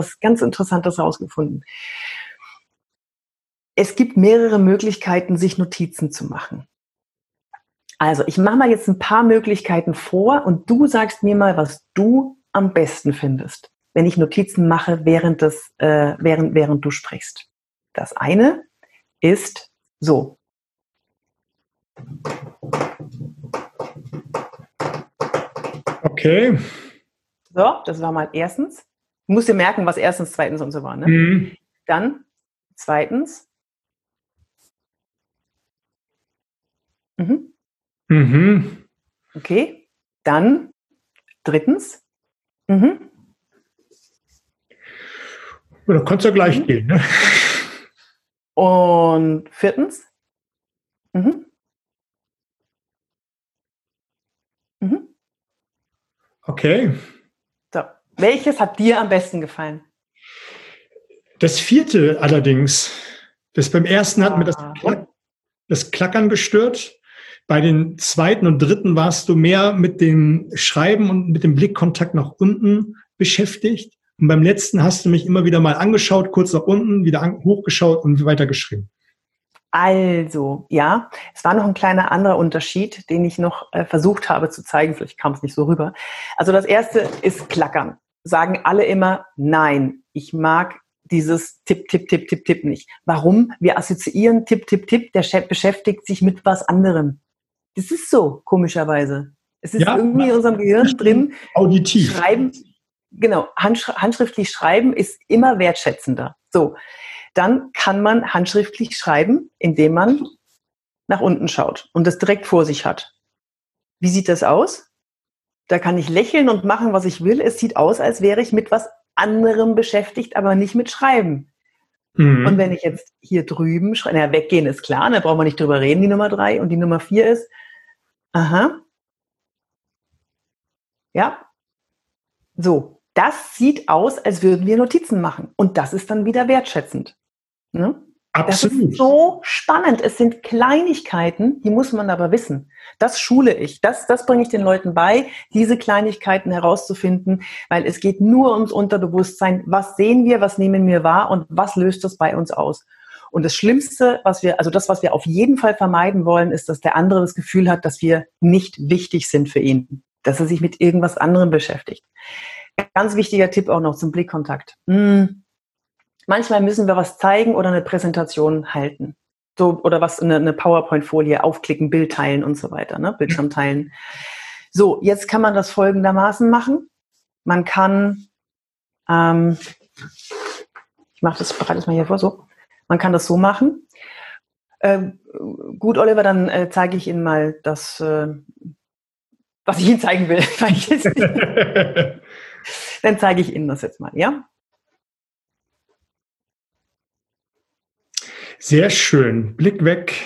ganz Interessantes rausgefunden. Es gibt mehrere Möglichkeiten, sich Notizen zu machen. Also, ich mache mal jetzt ein paar Möglichkeiten vor und du sagst mir mal, was du am besten findest, wenn ich Notizen mache, während du sprichst. Das eine ist so. Okay. So, das war mal erstens. Du musst dir merken, was erstens, zweitens und so war. Ne? Mhm. Dann zweitens. Mhm. Mhm. Okay. Dann drittens. Mhm. Oder kannst du gleich gehen, ne? Und viertens. Mhm. Mhm. Okay. So. Welches hat dir am besten gefallen? Das vierte allerdings, das beim ersten hat mir das Klackern gestört. Bei den zweiten und dritten warst du mehr mit dem Schreiben und mit dem Blickkontakt nach unten beschäftigt. Und beim letzten hast du mich immer wieder mal angeschaut, kurz nach unten, wieder hochgeschaut und weiter geschrieben. Also, ja, es war noch ein kleiner anderer Unterschied, den ich noch versucht habe zu zeigen. Vielleicht kam es nicht so rüber. Also das erste ist Klackern. Sagen alle immer, nein, ich mag dieses Tipp, Tipp, Tipp, Tipp, Tipp nicht. Warum? Wir assoziieren Tipp, Tipp, Tipp, der Chef beschäftigt sich mit was anderem. Das ist so, komischerweise. Es ist irgendwie in unserem Gehirn drin. Auditiv. Schreiben, genau, handschriftlich schreiben ist immer wertschätzender. So, dann kann man handschriftlich schreiben, indem man nach unten schaut und das direkt vor sich hat. Wie sieht das aus? Da kann ich lächeln und machen, was ich will. Es sieht aus, als wäre ich mit was anderem beschäftigt, aber nicht mit Schreiben. Mhm. Und wenn ich jetzt hier drüben schreibe, na, weggehen ist klar, da brauchen wir nicht drüber reden, die Nummer 3. Und die Nummer 4 ist, aha, ja, so, das sieht aus, als würden wir Notizen machen. Und das ist dann wieder wertschätzend. Ne? Absolut. Das ist so spannend. Es sind Kleinigkeiten, die muss man aber wissen. Das schule ich. Das bringe ich den Leuten bei, diese Kleinigkeiten herauszufinden, weil es geht nur ums Unterbewusstsein. Was sehen wir, was nehmen wir wahr und was löst das bei uns aus? Und das Schlimmste, was wir auf jeden Fall vermeiden wollen, ist, dass der andere das Gefühl hat, dass wir nicht wichtig sind für ihn, dass er sich mit irgendwas anderem beschäftigt. Ganz wichtiger Tipp auch noch zum Blickkontakt. Manchmal müssen wir was zeigen oder eine Präsentation halten. So, oder eine PowerPoint-Folie aufklicken, Bild teilen und so weiter, ne? Bildschirm teilen. So, jetzt kann man das folgendermaßen machen. Man kann, ich bereite das mal hier vor, so. Man kann das so machen. Gut, Oliver, dann zeige ich Ihnen mal das, was ich Ihnen zeigen will. Dann zeige ich Ihnen das jetzt mal, ja? Sehr schön. Blick weg.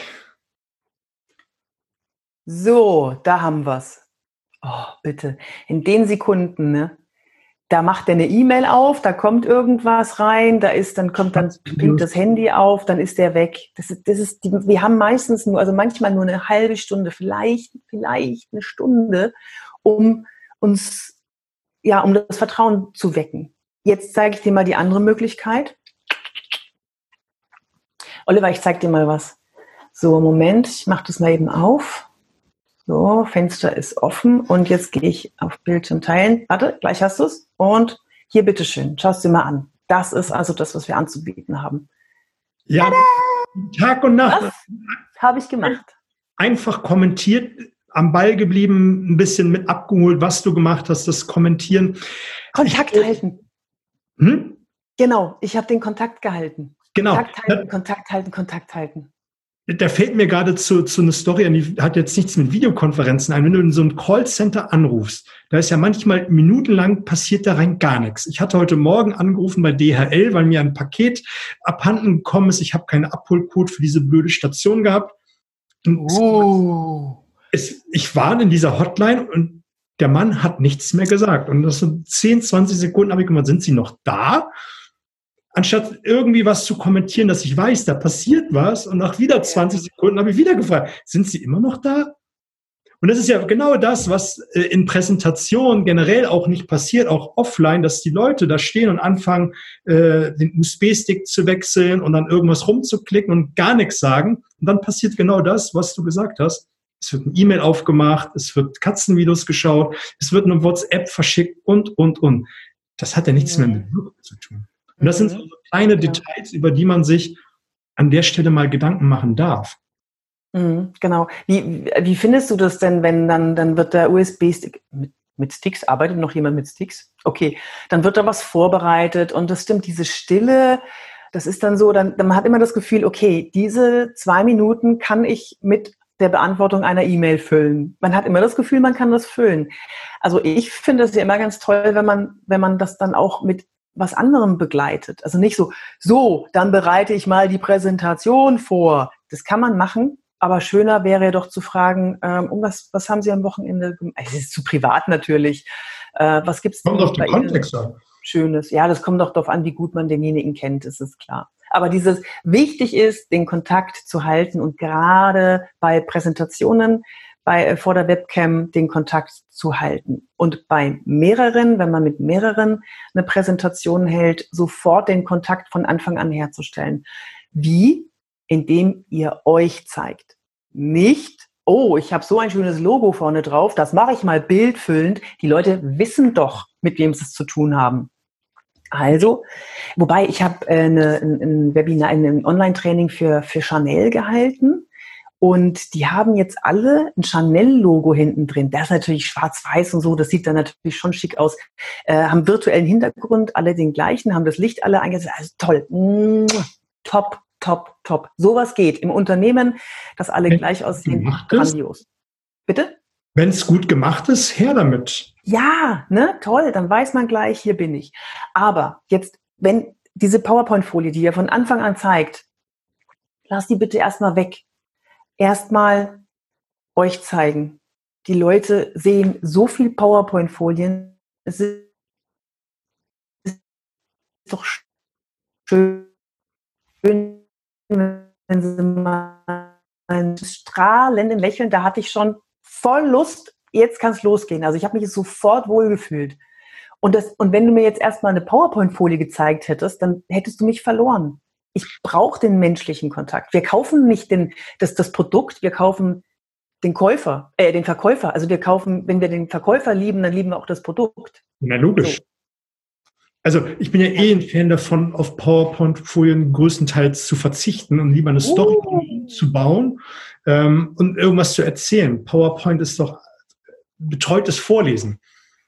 So, da haben wir's. Oh, bitte. In den Sekunden, ne? Da macht er eine E-Mail auf, da kommt irgendwas rein, pinkt das Handy auf, dann ist der weg. Wir haben meistens manchmal nur eine halbe Stunde, vielleicht eine Stunde, um das Vertrauen zu wecken. Jetzt zeige ich dir mal die andere Möglichkeit. Oliver, ich zeige dir mal was. So, Moment, ich mache das mal eben auf. So, Fenster ist offen und jetzt gehe ich auf Bildschirm teilen. Warte, gleich hast du es. Und hier, bitteschön, schau es dir mal an. Das ist also das, was wir anzubieten haben. Ja, tada! Tag und Nacht. Das habe ich gemacht. Einfach kommentiert, am Ball geblieben, ein bisschen mit abgeholt, was du gemacht hast, das Kommentieren. Kontakt halten. Genau, ich habe den Kontakt gehalten. Genau. Kontakt halten. Da fällt mir gerade zu einer Story an, die hat jetzt nichts mit Videokonferenzen ein. Wenn du in so ein Callcenter anrufst, da ist ja manchmal minutenlang passiert da rein gar nichts. Ich hatte heute Morgen angerufen bei DHL, weil mir ein Paket abhanden gekommen ist. Ich habe keinen Abholcode für diese blöde Station gehabt. Ich war in dieser Hotline und der Mann hat nichts mehr gesagt. Und das sind 10, 20 Sekunden habe ich gemeint, sind Sie noch da? Anstatt irgendwie was zu kommentieren, dass ich weiß, da passiert was. Und nach wieder 20 Sekunden habe ich wieder gefragt, sind Sie immer noch da? Und das ist ja genau das, was in Präsentationen generell auch nicht passiert, auch offline, dass die Leute da stehen und anfangen, den USB-Stick zu wechseln und dann irgendwas rumzuklicken und gar nichts sagen. Und dann passiert genau das, was du gesagt hast. Es wird ein E-Mail aufgemacht, es wird Katzenvideos geschaut, es wird eine WhatsApp verschickt und. Das hat ja nichts mehr mit Wirkung zu tun. Und das sind so kleine Details, über die man sich an der Stelle mal Gedanken machen darf. Genau. Wie findest du das denn, wenn dann wird der USB-Stick, mit Sticks, arbeitet noch jemand mit Sticks? Okay, dann wird da was vorbereitet und das stimmt, diese Stille, das ist dann so, dann man hat immer das Gefühl, okay, diese 2 Minuten kann ich mit der Beantwortung einer E-Mail füllen. Man hat immer das Gefühl, man kann das füllen. Also ich finde es ja immer ganz toll, wenn man das dann auch mit was anderem begleitet. Also nicht so, dann bereite ich mal die Präsentation vor. Das kann man machen. Aber schöner wäre doch zu fragen, was haben Sie am Wochenende gemacht? Es ist zu privat natürlich. Was gibt es denn Kommt auf den Kontext an. Schönes? Ja, das kommt doch darauf an, wie gut man denjenigen kennt, ist es klar. Aber wichtig ist, den Kontakt zu halten und gerade bei Präsentationen, vor der Webcam den Kontakt zu halten. Und bei mehreren, wenn man mit mehreren eine Präsentation hält, sofort den Kontakt von Anfang an herzustellen. Wie? Indem ihr euch zeigt. Nicht, oh, ich habe so ein schönes Logo vorne drauf, das mache ich mal bildfüllend. Die Leute wissen doch, mit wem sie es zu tun haben. Also, wobei ich habe ein Webinar, ein Online-Training für Chanel gehalten und die haben jetzt alle ein Chanel-Logo hinten drin. Das ist natürlich schwarz-weiß und so, das sieht dann natürlich schon schick aus. Haben virtuellen Hintergrund, alle den gleichen, haben das Licht alle eingesetzt. Also toll, top. Top. Sowas geht im Unternehmen, dass alle gleich aussehen. Grandios. Bitte? Wenn es gut gemacht ist, her damit. Ja, ne, toll, dann weiß man gleich, hier bin ich. Aber jetzt, wenn diese PowerPoint-Folie, die ihr von Anfang an zeigt, lasst die bitte erstmal weg. Erstmal euch zeigen. Die Leute sehen so viel PowerPoint-Folien. Es ist doch schön, wenn sie mal ein strahlenden Lächeln, da hatte ich schon voll Lust, jetzt kann es losgehen. Also ich habe mich sofort wohlgefühlt. Und wenn du mir jetzt erstmal eine PowerPoint-Folie gezeigt hättest, dann hättest du mich verloren. Ich brauche den menschlichen Kontakt. Wir kaufen nicht das Produkt, wir kaufen den Verkäufer. Also wir kaufen, wenn wir den Verkäufer lieben, dann lieben wir auch das Produkt. Na logisch. So. Also ich bin ja ein Fan davon, auf PowerPoint-Folien größtenteils zu verzichten und lieber eine Story zu bauen und irgendwas zu erzählen. PowerPoint ist doch betreutes Vorlesen.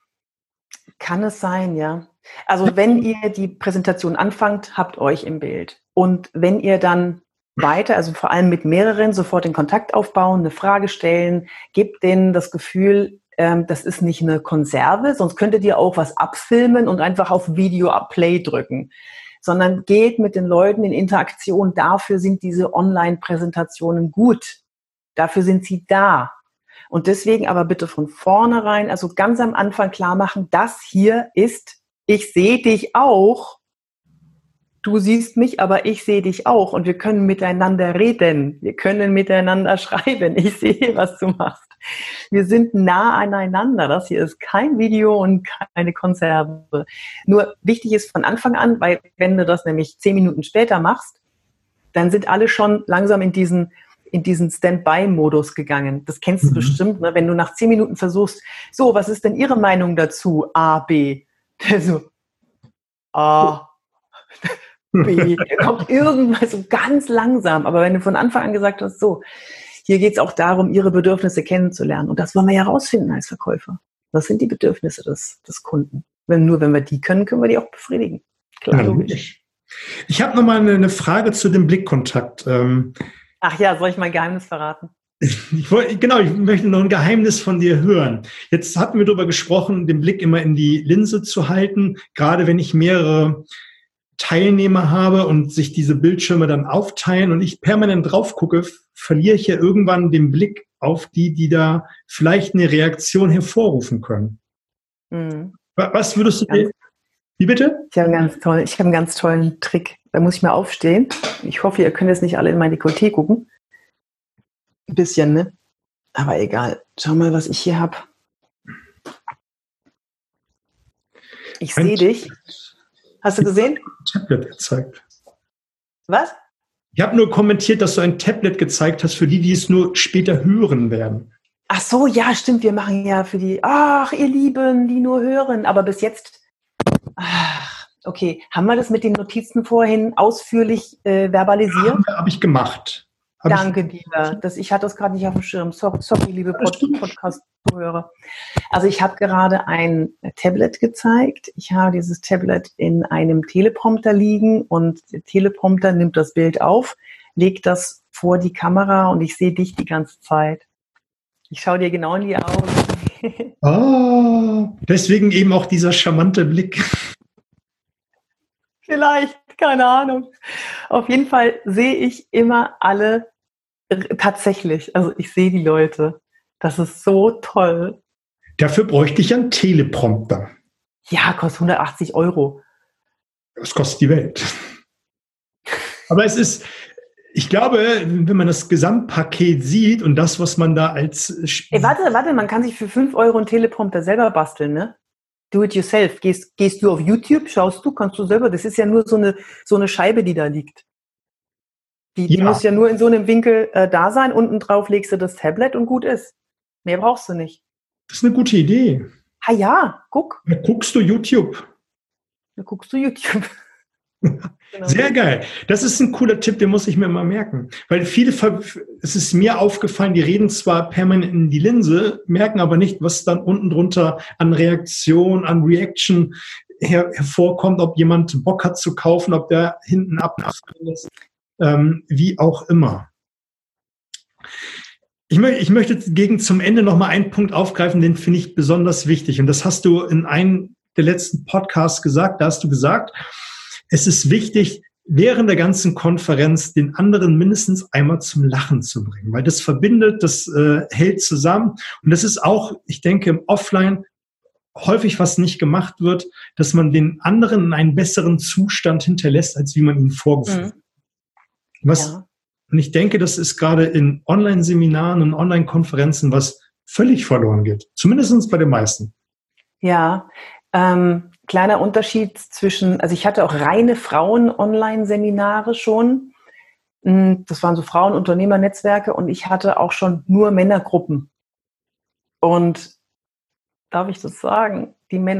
Kann es sein, ja. Also wenn ihr die Präsentation anfangt, habt euch im Bild. Und wenn ihr dann weiter, also vor allem mit mehreren, sofort den Kontakt aufbauen, eine Frage stellen, gebt denen das Gefühl, das ist nicht eine Konserve, sonst könntet ihr auch was abfilmen und einfach auf Video Play drücken, sondern geht mit den Leuten in Interaktion. Dafür sind diese Online-Präsentationen gut. Dafür sind sie da. Und deswegen aber bitte von vornherein, also ganz am Anfang klar machen, das hier ist, ich sehe dich auch. Du siehst mich, aber ich sehe dich auch. Und wir können miteinander reden. Wir können miteinander schreiben. Ich sehe, was du machst. Wir sind nah aneinander. Das hier ist kein Video und keine Konserve. Nur wichtig ist von Anfang an, weil wenn du das nämlich 10 Minuten später machst, dann sind alle schon langsam in diesen Standby-Modus gegangen. Das kennst du bestimmt, ne? Wenn du nach 10 Minuten versuchst, so, was ist denn Ihre Meinung dazu? A, B. So, A, B. Kommt irgendwas so ganz langsam. Aber wenn du von Anfang an gesagt hast, so, hier geht es auch darum, Ihre Bedürfnisse kennenzulernen. Und das wollen wir ja rausfinden als Verkäufer. Was sind die Bedürfnisse des Kunden? Wenn wir die können, können wir die auch befriedigen. Klar, logisch. Ich habe nochmal eine Frage zu dem Blickkontakt. Ach ja, soll ich mein Geheimnis verraten? Ich möchte noch ein Geheimnis von dir hören. Jetzt hatten wir darüber gesprochen, den Blick immer in die Linse zu halten, gerade wenn ich mehrere Teilnehmer habe und sich diese Bildschirme dann aufteilen und ich permanent drauf gucke, verliere ich ja irgendwann den Blick auf die da vielleicht eine Reaktion hervorrufen können. Was würdest du dir... Wie bitte? Ich habe einen ganz tollen Trick. Da muss ich mal aufstehen. Ich hoffe, ihr könnt jetzt nicht alle in mein Dekolleté gucken. Ein bisschen, ne? Aber egal. Schau mal, was ich hier habe. Ich sehe dich. Hast du gesehen? Tablet gezeigt. Was? Ich habe nur kommentiert, dass du ein Tablet gezeigt hast für die, die es nur später hören werden. Ach so, ja, stimmt. Wir machen ja für die, ach, ihr Lieben, die nur hören. Aber bis jetzt, okay. Haben wir das mit den Notizen vorhin ausführlich verbalisiert? Ja, habe ich gemacht. Danke dir. Ich hatte das gerade nicht auf dem Schirm. Sorry, liebe Podcast-Zuhörer. Also ich habe gerade ein Tablet gezeigt. Ich habe dieses Tablet in einem Teleprompter liegen und der Teleprompter nimmt das Bild auf, legt das vor die Kamera und ich sehe dich die ganze Zeit. Ich schaue dir genau in die Augen. Deswegen eben auch dieser charmante Blick. Vielleicht, keine Ahnung. Auf jeden Fall sehe ich immer alle tatsächlich. Also ich sehe die Leute. Das ist so toll. Dafür bräuchte ich einen Teleprompter. Ja, kostet 180 €. Das kostet die Welt. Aber es ist, ich glaube, wenn man das Gesamtpaket sieht und das, was man da als... Warte, man kann sich für 5 € einen Teleprompter selber basteln, ne? Do it yourself. Gehst du auf YouTube, schaust du, kannst du selber. Das ist ja nur so eine Scheibe, die da liegt. Die muss ja nur in so einem Winkel da sein. Unten drauf legst du das Tablet und gut ist. Mehr brauchst du nicht. Das ist eine gute Idee. Ah ja, guck. Da guckst du YouTube. Genau. Sehr geil. Das ist ein cooler Tipp, den muss ich mir mal merken. Weil es ist mir aufgefallen, die reden zwar permanent in die Linse, merken aber nicht, was dann unten drunter an Reaktion, an Reaction hervorkommt, ob jemand Bock hat zu kaufen, ob der hinten abfallen lässt, wie auch immer. Ich möchte zum Ende noch mal einen Punkt aufgreifen, den finde ich besonders wichtig. Und das hast du in einem der letzten Podcasts gesagt. Da hast du gesagt, es ist wichtig, während der ganzen Konferenz den anderen mindestens einmal zum Lachen zu bringen, weil das verbindet, das hält zusammen. Und das ist auch, ich denke, im Offline häufig, was nicht gemacht wird, dass man den anderen in einen besseren Zustand hinterlässt, als wie man ihn vorgefunden hat. Und ich denke, das ist gerade in Online-Seminaren und Online-Konferenzen, was völlig verloren geht. Zumindest bei den meisten. Ja, kleiner Unterschied zwischen, also ich hatte auch reine Frauen-Online-Seminare schon. Das waren so Frauen-Unternehmernetzwerke und ich hatte auch schon nur Männergruppen. Und darf ich das sagen? Die Männer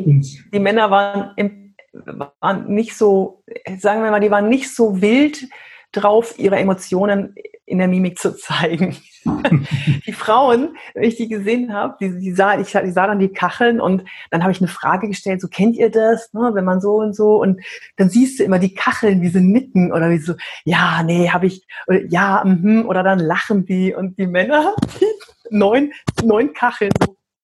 waren nicht so, sagen wir mal, die waren nicht so wild drauf, ihre Emotionen in der Mimik zu zeigen. Die Frauen, wenn ich die gesehen habe, ich sah dann die Kacheln und dann habe ich eine Frage gestellt, so kennt ihr das, ne, wenn man so und dann siehst du immer die Kacheln, wie sie nicken oder wie so, ja, nee, habe ich, oder, ja, oder dann lachen die und die Männer, 9 Kacheln.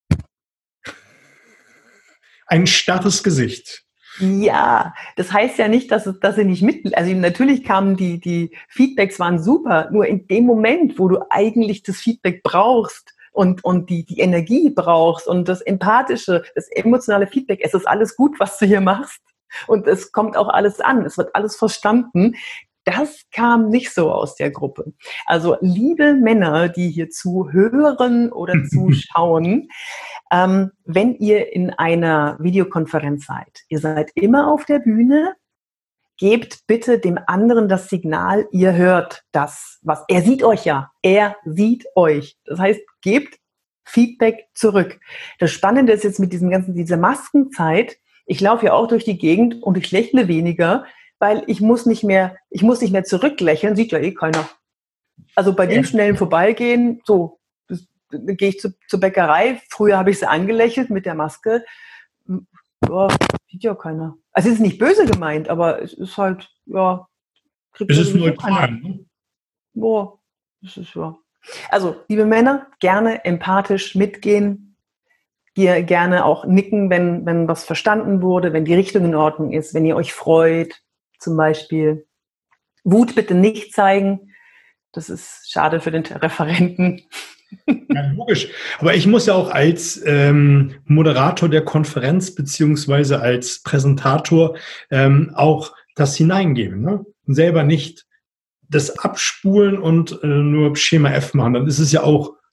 Ein starres Gesicht. Ja, das heißt ja nicht, dass sie nicht also natürlich kamen die Feedbacks waren super, nur in dem Moment, wo du eigentlich das Feedback brauchst und die Energie brauchst und das empathische, das emotionale Feedback, es ist alles gut, was du hier machst und es kommt auch alles an, es wird alles verstanden. Das kam nicht so aus der Gruppe. Also liebe Männer, die hier zuhören oder zuschauen, wenn ihr in einer Videokonferenz seid, ihr seid immer auf der Bühne, gebt bitte dem anderen das Signal, ihr hört das, was er sieht euch ja, er sieht euch. Das heißt, gebt Feedback zurück. Das Spannende ist jetzt mit dieser Maskenzeit, ich laufe ja auch durch die Gegend und ich lächle weniger, weil ich muss nicht mehr zurücklächeln, sieht ja eh keiner. Also bei dem schnellen Vorbeigehen, so, dann gehe ich zur Bäckerei. Früher habe ich sie angelächelt mit der Maske. Ja, sieht ja keiner. Also es ist nicht böse gemeint, aber es ist halt, ja. Es ist neutral, ne? Boah, das ist ja. Also, liebe Männer, gerne empathisch mitgehen. Gerne auch nicken, wenn was verstanden wurde, wenn die Richtung in Ordnung ist, wenn ihr euch freut, zum Beispiel. Wut bitte nicht zeigen. Das ist schade für den Referenten. Ja, logisch. Aber ich muss ja auch als Moderator der Konferenz beziehungsweise als Präsentator auch das hineingeben. Ne? Und selber nicht das abspulen und nur Schema F machen. Dann ist es ja auch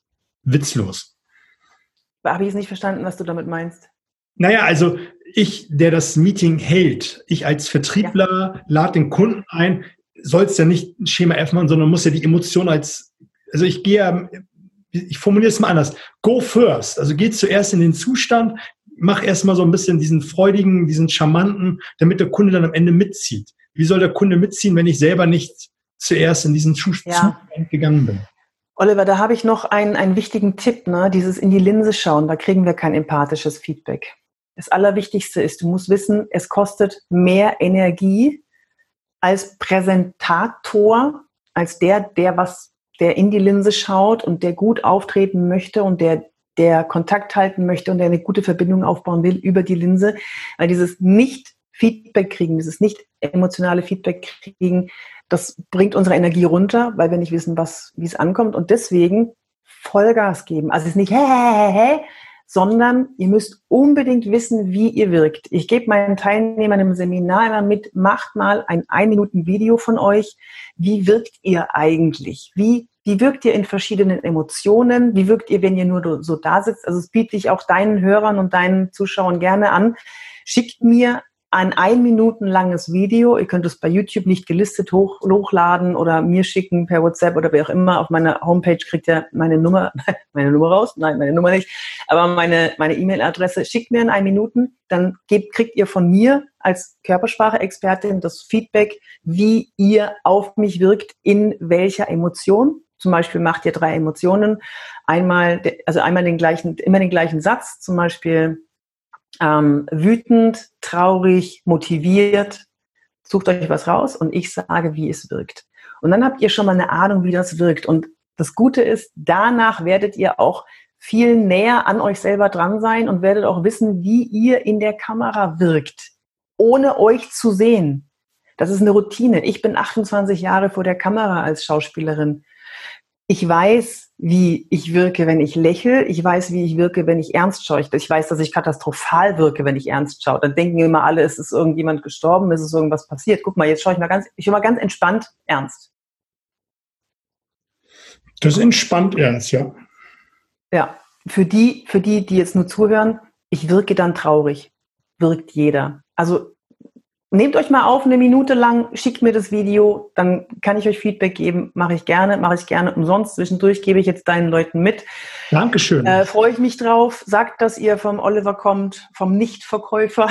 witzlos. Habe ich jetzt nicht verstanden, was du damit meinst? Naja, also ich, der das Meeting hält, ich als Vertriebler lade den Kunden ein, soll es ja nicht ein Schema F machen, sondern muss ja die Emotion also ich formuliere es mal anders, go first, also geh zuerst in den Zustand, mach erstmal so ein bisschen diesen freudigen, diesen charmanten, damit der Kunde dann am Ende mitzieht. Wie soll der Kunde mitziehen, wenn ich selber nicht zuerst in diesen Zustand gegangen bin? Oliver, da habe ich noch einen wichtigen Tipp, ne? Dieses in die Linse schauen, da kriegen wir kein empathisches Feedback. Das Allerwichtigste ist, du musst wissen, es kostet mehr Energie als Präsentator, als der in die Linse schaut und der gut auftreten möchte und der Kontakt halten möchte und der eine gute Verbindung aufbauen will über die Linse. Weil dieses Nicht-Feedback kriegen, dieses nicht emotionale Feedback kriegen, das bringt unsere Energie runter, weil wir nicht wissen, wie es ankommt. Und deswegen Vollgas geben. Also es ist nicht sondern ihr müsst unbedingt wissen, wie ihr wirkt. Ich gebe meinen Teilnehmern im Seminar immer mit, macht mal ein 1-Minuten-Video von euch. Wie wirkt ihr eigentlich? Wie wirkt ihr in verschiedenen Emotionen? Wie wirkt ihr, wenn ihr nur so da sitzt? Also es biete ich auch deinen Hörern und deinen Zuschauern gerne an. Schickt mir ein 1 Minuten langes Video. Ihr könnt es bei YouTube nicht gelistet hochladen oder mir schicken per WhatsApp oder wer auch immer. Auf meiner Homepage kriegt ihr meine Nummer raus. Nein, meine Nummer nicht. Aber meine E-Mail-Adresse. Schickt mir in 1 Minuten. Dann kriegt ihr von mir als Körpersprache-Expertin das Feedback, wie ihr auf mich wirkt, in welcher Emotion. Zum Beispiel macht ihr 3 Emotionen. Immer den gleichen Satz. Zum Beispiel, wütend, traurig, motiviert, sucht euch was raus und ich sage, wie es wirkt. Und dann habt ihr schon mal eine Ahnung, wie das wirkt. Und das Gute ist, danach werdet ihr auch viel näher an euch selber dran sein und werdet auch wissen, wie ihr in der Kamera wirkt, ohne euch zu sehen. Das ist eine Routine. Ich bin 28 Jahre vor der Kamera als Schauspielerin. Ich weiß, wie ich wirke, wenn ich lächle. Ich weiß, wie ich wirke, wenn ich ernst schaue. Ich weiß, dass ich katastrophal wirke, wenn ich ernst schaue. Dann denken immer alle, es ist irgendjemand gestorben, es ist irgendwas passiert. Guck mal, jetzt schaue ich mal ganz entspannt ernst. Das ist entspannt ernst, ja. Ja, für die jetzt nur zuhören, ich wirke dann traurig. Wirkt jeder. Also nehmt euch mal auf, 1 Minute lang, schickt mir das Video, dann kann ich euch Feedback geben. Mache ich gerne umsonst. Zwischendurch gebe ich jetzt deinen Leuten mit. Dankeschön. Freue ich mich drauf. Sagt, dass ihr vom Oliver kommt, vom Nichtverkäufer.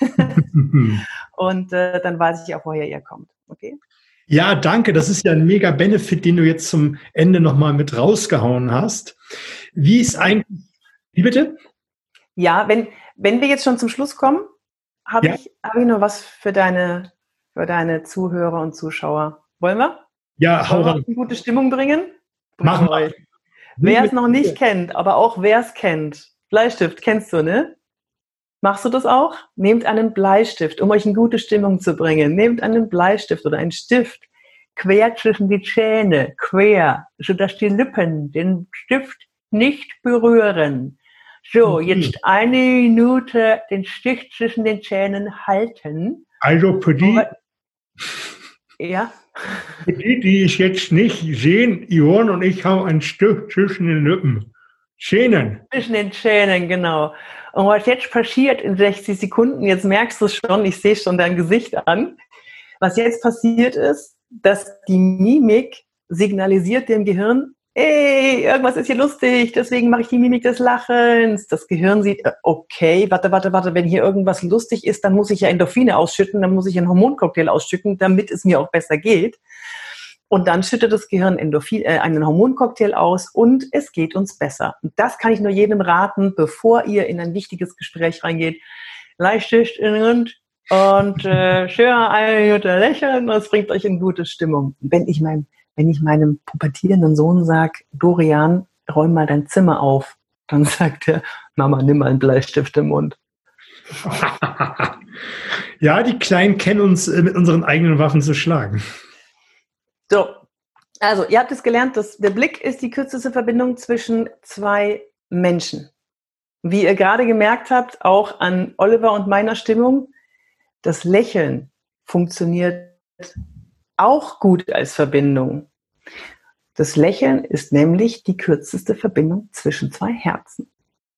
Und dann weiß ich auch, woher ihr kommt. Okay? Ja, danke. Das ist ja ein mega Benefit, den du jetzt zum Ende nochmal mit rausgehauen hast. Wie ist eigentlich... Wie bitte? Ja, wenn wir jetzt schon zum Schluss kommen, habe ich noch was für deine Zuhörer und Zuschauer. Wollen wir? Ja, hau rein. Eine gute Stimmung bringen? Machen wir. Wer es noch nicht kennt, aber auch wer es kennt. Bleistift kennst du, ne? Machst du das auch? Nehmt einen Bleistift, um euch in gute Stimmung zu bringen. Nehmt einen Bleistift oder einen Stift quer zwischen die Zähne, quer, sodass die Lippen den Stift nicht berühren. So, jetzt 1 Minute den Stift zwischen den Zähnen halten. Also für die, ja? Für die es jetzt nicht sehen, Yvonne und ich haben einen Stift zwischen den Lippen. Zähnen. Zwischen den Zähnen, genau. Und was jetzt passiert in 60 Sekunden, jetzt merkst du es schon, ich sehe schon dein Gesicht an. Was jetzt passiert ist, dass die Mimik signalisiert dem Gehirn, ey, irgendwas ist hier lustig, deswegen mache ich die Mimik des Lachens. Das Gehirn sieht, okay, warte, wenn hier irgendwas lustig ist, dann muss ich ja Endorphine ausschütten, dann muss ich einen Hormoncocktail ausschütten, damit es mir auch besser geht. Und dann schüttet das Gehirn einen Hormoncocktail aus und es geht uns besser. Und das kann ich nur jedem raten, bevor ihr in ein wichtiges Gespräch reingeht. Bleistift in den Mund und schön 1 Minute lächeln, das bringt euch in gute Stimmung. Wenn ich meinem pubertierenden Sohn sage, Dorian, räum mal dein Zimmer auf, dann sagt er, Mama, nimm mal einen Bleistift im Mund. Ja, die Kleinen kennen uns mit unseren eigenen Waffen zu schlagen. So, also ihr habt es gelernt, der Blick ist die kürzeste Verbindung zwischen 2 Menschen. Wie ihr gerade gemerkt habt, auch an Oliver und meiner Stimmung, das Lächeln funktioniert auch gut als Verbindung. Das Lächeln ist nämlich die kürzeste Verbindung zwischen zwei Herzen.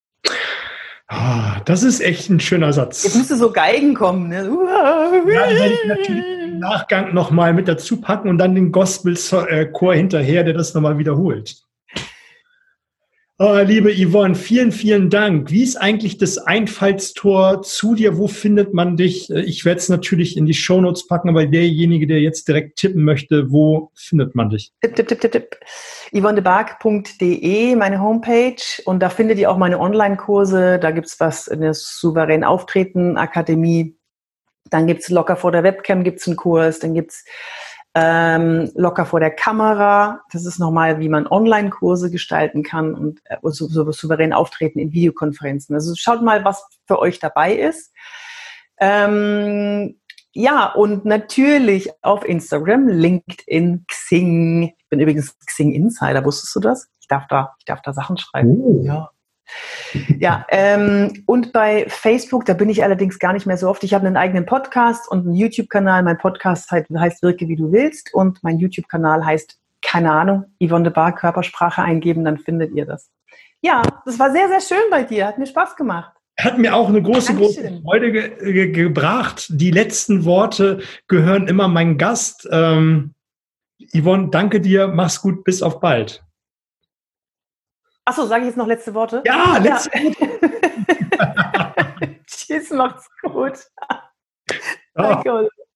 Das ist echt ein schöner Satz. Jetzt müsste so Geigen kommen. Ne? Ja, die werde ich natürlich im Nachgang nochmal mit dazu packen und dann den Gospel-Chor hinterher, der das nochmal wiederholt. Liebe Yvonne, vielen, vielen Dank. Wie ist eigentlich das Einfallstor zu dir? Wo findet man dich? Ich werde es natürlich in die Shownotes packen, aber derjenige, der jetzt direkt tippen möchte, wo findet man dich? Tipp. yvonnebark.de, meine Homepage. Und da findet ihr auch meine Online-Kurse. Da gibt's was in der Souverän Auftreten Akademie. Dann gibt's locker vor der Webcam gibt's einen Kurs. Dann gibt's locker vor der Kamera. Das ist nochmal, wie man Online-Kurse gestalten kann und so souverän auftreten in Videokonferenzen. Also schaut mal, was für euch dabei ist. Ja, und natürlich auf Instagram, LinkedIn, Xing. Ich bin übrigens Xing Insider, wusstest du das? Ich darf da Sachen schreiben. Oh. Ja, und bei Facebook, da bin ich allerdings gar nicht mehr so oft. Ich habe einen eigenen Podcast und einen YouTube-Kanal. Mein Podcast heißt Wirke, wie du willst. Und mein YouTube-Kanal heißt, keine Ahnung, Yvonne de Bark, Körpersprache eingeben, dann findet ihr das. Ja, das war sehr, sehr schön bei dir. Hat mir Spaß gemacht. Hat mir auch eine große Freude gebracht. Die letzten Worte gehören immer meinem Gast. Yvonne, danke dir. Mach's gut. Bis auf bald. Achso, sage ich jetzt noch letzte Worte? Ja, letzte Worte. Tschüss, macht's gut. Danke, Oliver.